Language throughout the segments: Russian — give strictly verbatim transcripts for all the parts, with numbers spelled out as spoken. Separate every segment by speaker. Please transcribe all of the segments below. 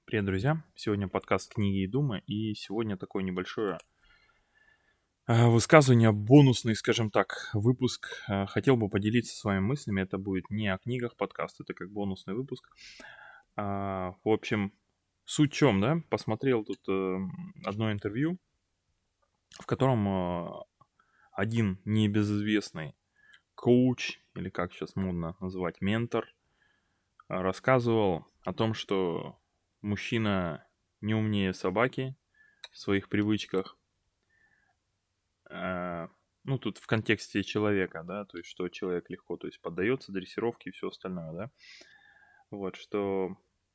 Speaker 1: Привет, друзья! Сегодня подкаст «Книги и думы», и сегодня такое небольшое э, высказывание, бонусный, скажем так, выпуск. Э, Хотел бы поделиться с вами мыслями. Это будет не о книгах подкаст, это как бонусный выпуск. А, В общем, суть в чем, да? Посмотрел тут э, одно интервью, в котором э, один небезызвестный коуч, или как сейчас модно называть, ментор, э, рассказывал о том, что мужчина не умнее собаки в своих привычках. Э, Ну, тут в контексте человека, да, то есть, что человек легко, то есть, поддается дрессировке и все остальное, да. Вот, что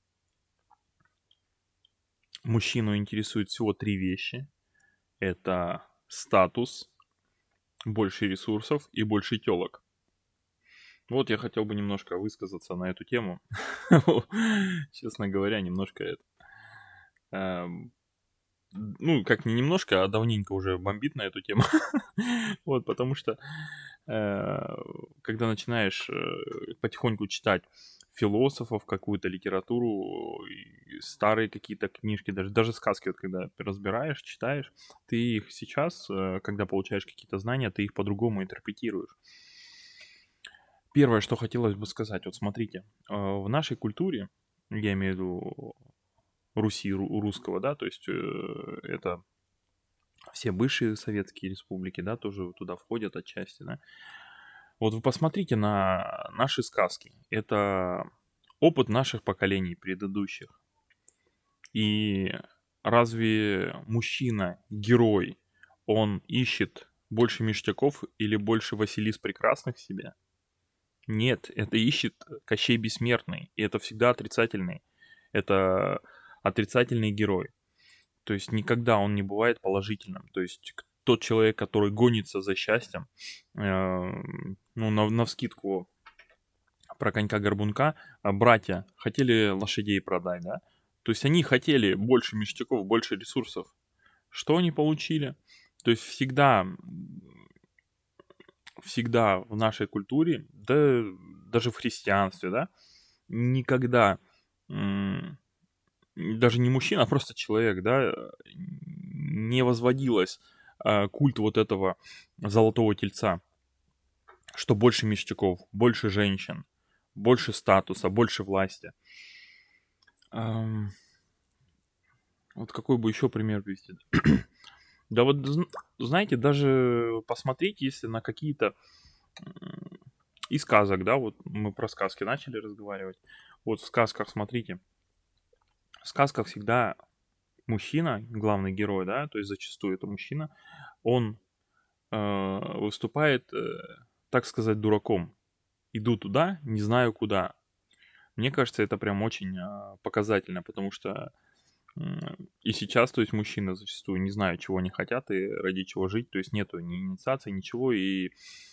Speaker 1: мужчину интересует всего три вещи. Это статус, больше ресурсов и больше телок. Вот я хотел бы немножко высказаться на эту тему. Честно говоря, немножко это... эм, Ну, как не немножко, а давненько уже бомбит на эту тему. Вот, потому что э, когда начинаешь э, потихоньку читать философов, какую-то литературу, и старые какие-то книжки, даже, даже сказки, вот когда разбираешь, читаешь, ты их сейчас, э, когда получаешь какие-то знания, ты их по-другому интерпретируешь. Первое, что хотелось бы сказать, вот смотрите, э, в нашей культуре, я имею в виду Руси, ру- русского, да, то есть э, это все бывшие советские республики, да, тоже туда входят отчасти, да. Вот вы посмотрите на наши сказки. Это опыт наших поколений предыдущих. И разве мужчина, герой, он ищет больше ништяков или больше Василис прекрасных в себе? Нет, это ищет Кощей Бессмертный. И это всегда отрицательный. Это отрицательный герой. То есть никогда он не бывает положительным. То есть к- тот человек, который гонится за счастьем, э, ну, на, навскидку про конька-горбунка, а, братья хотели лошадей продать, да? То есть они хотели больше ништяков, больше ресурсов. Что они получили? То есть всегда, м, всегда в нашей культуре, да даже в христианстве, да, никогда м, даже не мужчина, а просто человек, да, э, не возводилось а, культ вот этого золотого тельца, что больше ништяков, больше женщин, больше статуса, больше власти. Ам, Вот какой бы еще пример привести? Да вот, зн- знаете, даже посмотреть, если на какие-то м, из сказок, да, вот мы про сказки начали разговаривать. Вот в сказках, смотрите, в сказках всегда мужчина, главный герой, да, то есть зачастую это мужчина, он э, выступает, э, так сказать, дураком. Иду туда, не знаю куда. Мне кажется, это прям очень а, показательно, потому что м, и сейчас, то есть мужчины зачастую не знают, чего они хотят и ради чего жить, то есть нету ни инициации, ничего, и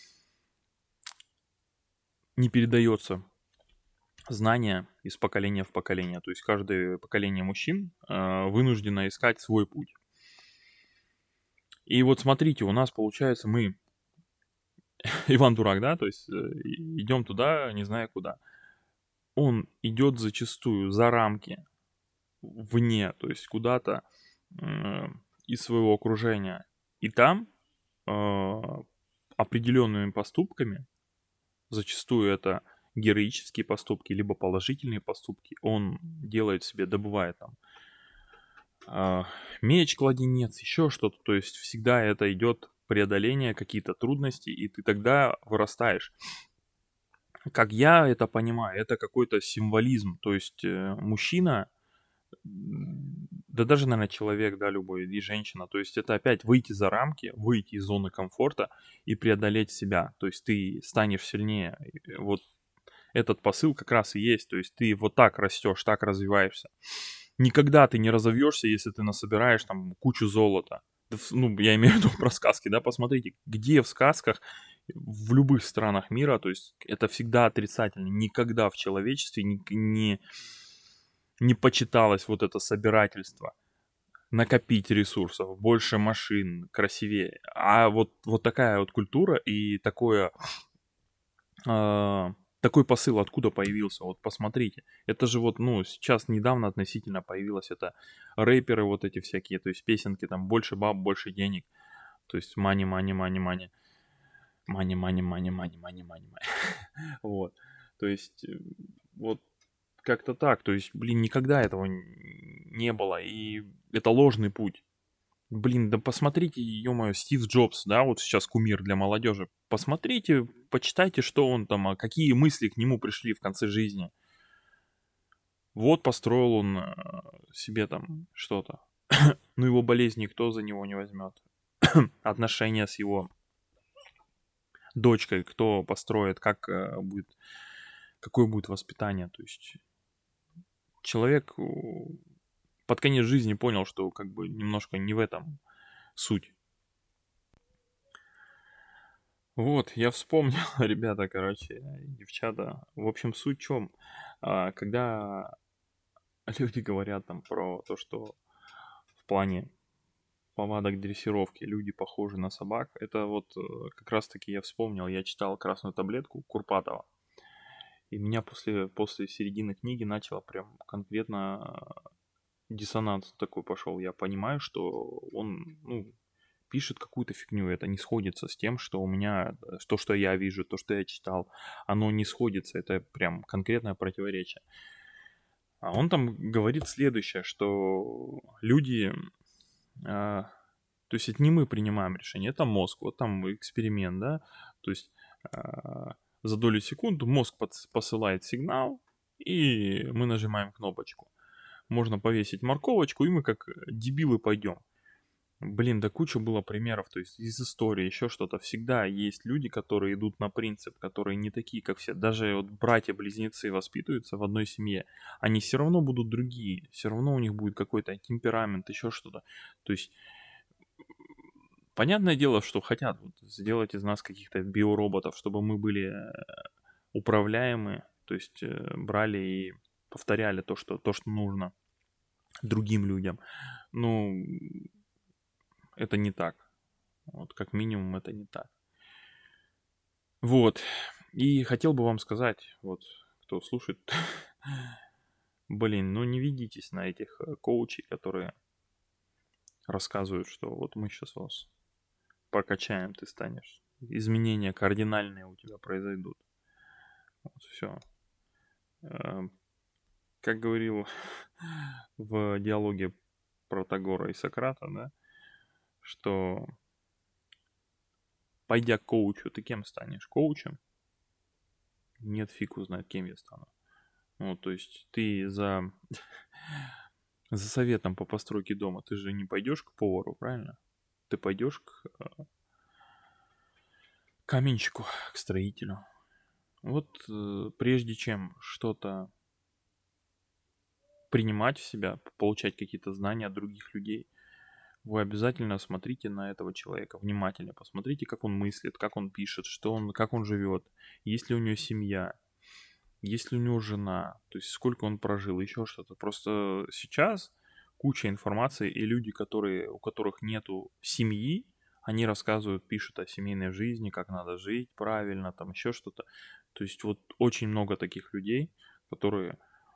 Speaker 1: не передается знание из поколения в поколение. То есть каждое поколение мужчин э, вынуждено искать свой путь. И вот смотрите, у нас получается мы Иван Дурак, да, то есть э, и- идем туда, не зная куда. Он идет зачастую за рамки, вне, то есть куда-то э, из своего окружения. И там э, определенными поступками, зачастую это героические поступки, либо положительные поступки, он делает себе, добывает там а, меч, кладенец, еще что-то. То есть всегда это идет преодоление, какие-то трудности, и ты тогда вырастаешь. Как я это понимаю, это какой-то символизм. То есть э, мужчина, м, да даже, наверное, человек, да, любой, и женщина. То есть это опять выйти за рамки, выйти из зоны комфорта и преодолеть себя. То есть ты станешь сильнее. И вот этот посыл как раз и есть. То есть ты вот так растешь, так развиваешься. Никогда ты не разовьешься, если ты насобираешь там кучу золота. Да в- Ну, я имею в виду про сказки, да, посмотрите, где в сказках, в любых странах мира, то есть это всегда отрицательно. Никогда в человечестве не, не, не почиталось вот это собирательство. Накопить ресурсов, больше машин, красивее. А вот, вот такая вот культура и такое, а, такой посыл откуда появился? Вот посмотрите. Это же вот, ну, сейчас недавно относительно появилось это рэперы вот эти всякие, то есть песенки там больше баб, больше денег. То есть money, money, money, money. Money, money, money, money, money, money, money. Вот. То есть э, вот как-то так. То есть, блин, никогда этого н- не было. И это ложный путь. Блин, да посмотрите, ё-моё, Стив Джобс, да, вот сейчас кумир для молодежи. Посмотрите, почитайте, что он там, а какие мысли к нему пришли в конце жизни. Вот построил он э, себе там что-то. Ну, его болезнь никто за него не возьмет. Отношения с его дочкой кто построит, как э, будет, какое будет воспитание. То есть человек э, под конец жизни понял, что как бы немножко не в этом суть. Вот, я вспомнил, ребята, короче, девчата. В общем, суть в чем? А, Когда люди говорят там про то, что в плане повадок дрессировки люди похожи на собак, это вот э, как раз-таки я вспомнил, я читал «Красную таблетку» Курпатова, и меня после, после середины книги начало прям конкретно диссонанс такой пошел. Я понимаю, что он, ну, пишет какую-то фигню, это не сходится с тем, что у меня, э, то, что я вижу, то, что я читал, оно не сходится, это прям конкретное противоречие. А он там говорит следующее, что люди, а, то есть это не мы принимаем решение, это мозг, вот там эксперимент, да, то есть а, за долю секунды мозг подс- посылает сигнал, и мы нажимаем кнопочку. Можно повесить морковочку, и мы как дебилы пойдем. Блин, да куча было примеров, то есть из истории, еще что-то. Всегда есть люди, которые идут на принцип, которые не такие, как все. Даже вот братья-близнецы воспитываются в одной семье, они все равно будут другие, все равно у них будет какой-то темперамент, еще что-то. То есть, понятное дело, что хотят вот сделать из нас каких-то биороботов, чтобы мы были э, управляемы, то есть э, брали и повторяли то, что, то, что нужно другим людям. Ну, это не так. Вот как минимум это не так. Вот. И хотел бы вам сказать, вот кто слушает, блин, ну не ведитесь на этих э, коучей, которые рассказывают, что вот мы сейчас вас прокачаем, ты станешь. Изменения кардинальные у тебя произойдут. Вот все. Как говорил в диалоге Протагора и Сократа, да, что пойдя к коучу, ты кем станешь? Коучем? Нет, фиг узнает, кем я стану. Ну, то есть ты за, за советом по постройке дома, ты же не пойдешь к повару, правильно? Ты пойдешь к э, каменщику, к строителю. Вот э, прежде чем что-то принимать в себя, получать какие-то знания от других людей, вы обязательно смотрите на этого человека внимательно, посмотрите, как он мыслит, как он пишет, что он, как он живет, есть ли у него семья, есть ли у него жена, то есть сколько он прожил, еще что-то. Просто сейчас куча информации, и люди, которые, у которых нету семьи, они рассказывают, пишут о семейной жизни, как надо жить правильно, там еще что-то. То есть вот очень много таких людей, которые,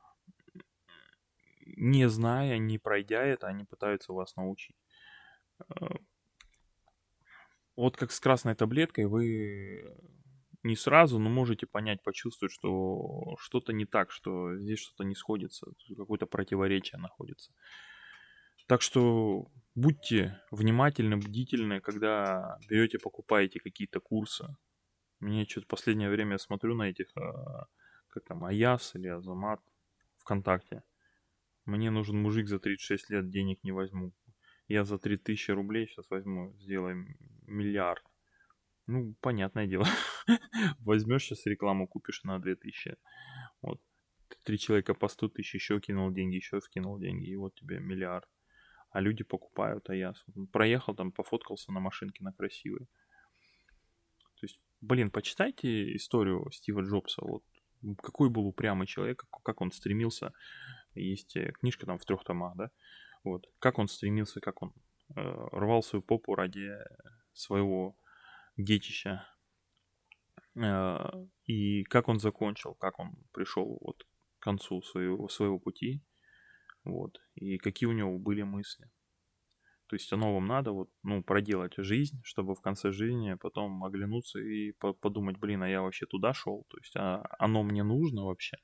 Speaker 1: не зная, не пройдя это, они пытаются вас научить. Э, Вот как с красной таблеткой, вы не сразу, но можете понять, почувствовать, что что-то не так, что здесь что-то не сходится, какое-то противоречие находится. Так что будьте внимательны, бдительны, когда берете, покупаете какие-то курсы. Мне что-то в последнее время я смотрю на этих, а, как там, Аяс или Азамат ВКонтакте. Мне нужен мужик за тридцать шесть лет, денег не возьму. Я за три тысячи рублей сейчас возьму, сделаем миллиард. Ну, понятное дело. Возьмешь сейчас рекламу, купишь на две тысячи. Вот. Три человека по сто тысяч, еще кинул деньги, еще скинул деньги, и вот тебе миллиард. А люди покупают, а я проехал там, пофоткался на машинке на красивой. То есть, блин, почитайте историю Стива Джобса. Вот какой был упрямый человек, как он стремился. Есть э, книжка там в трех томах, да? Вот. Как он стремился, как он э, рвал свою попу ради своего детища. Э, и как он закончил, как он пришел вот к концу своего, своего пути, вот, и какие у него были мысли. То есть оно вам надо вот, ну, проделать жизнь, чтобы в конце жизни потом оглянуться и по- подумать, блин, а я вообще туда шел, то есть а оно мне нужно вообще.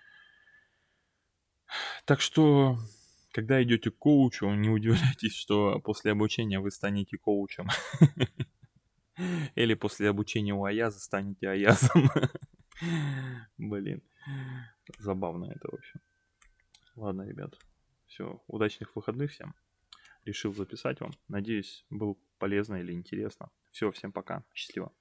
Speaker 1: Так что, когда идете к коучу, не удивляйтесь, что после обучения вы станете коучем. Или после обучения у Аяза станете Аязом. Блин, забавно это вообще. Ладно, ребят, все, удачных выходных всем. Решил записать вам. Надеюсь, был полезно или интересно. Все, всем пока. Счастливо.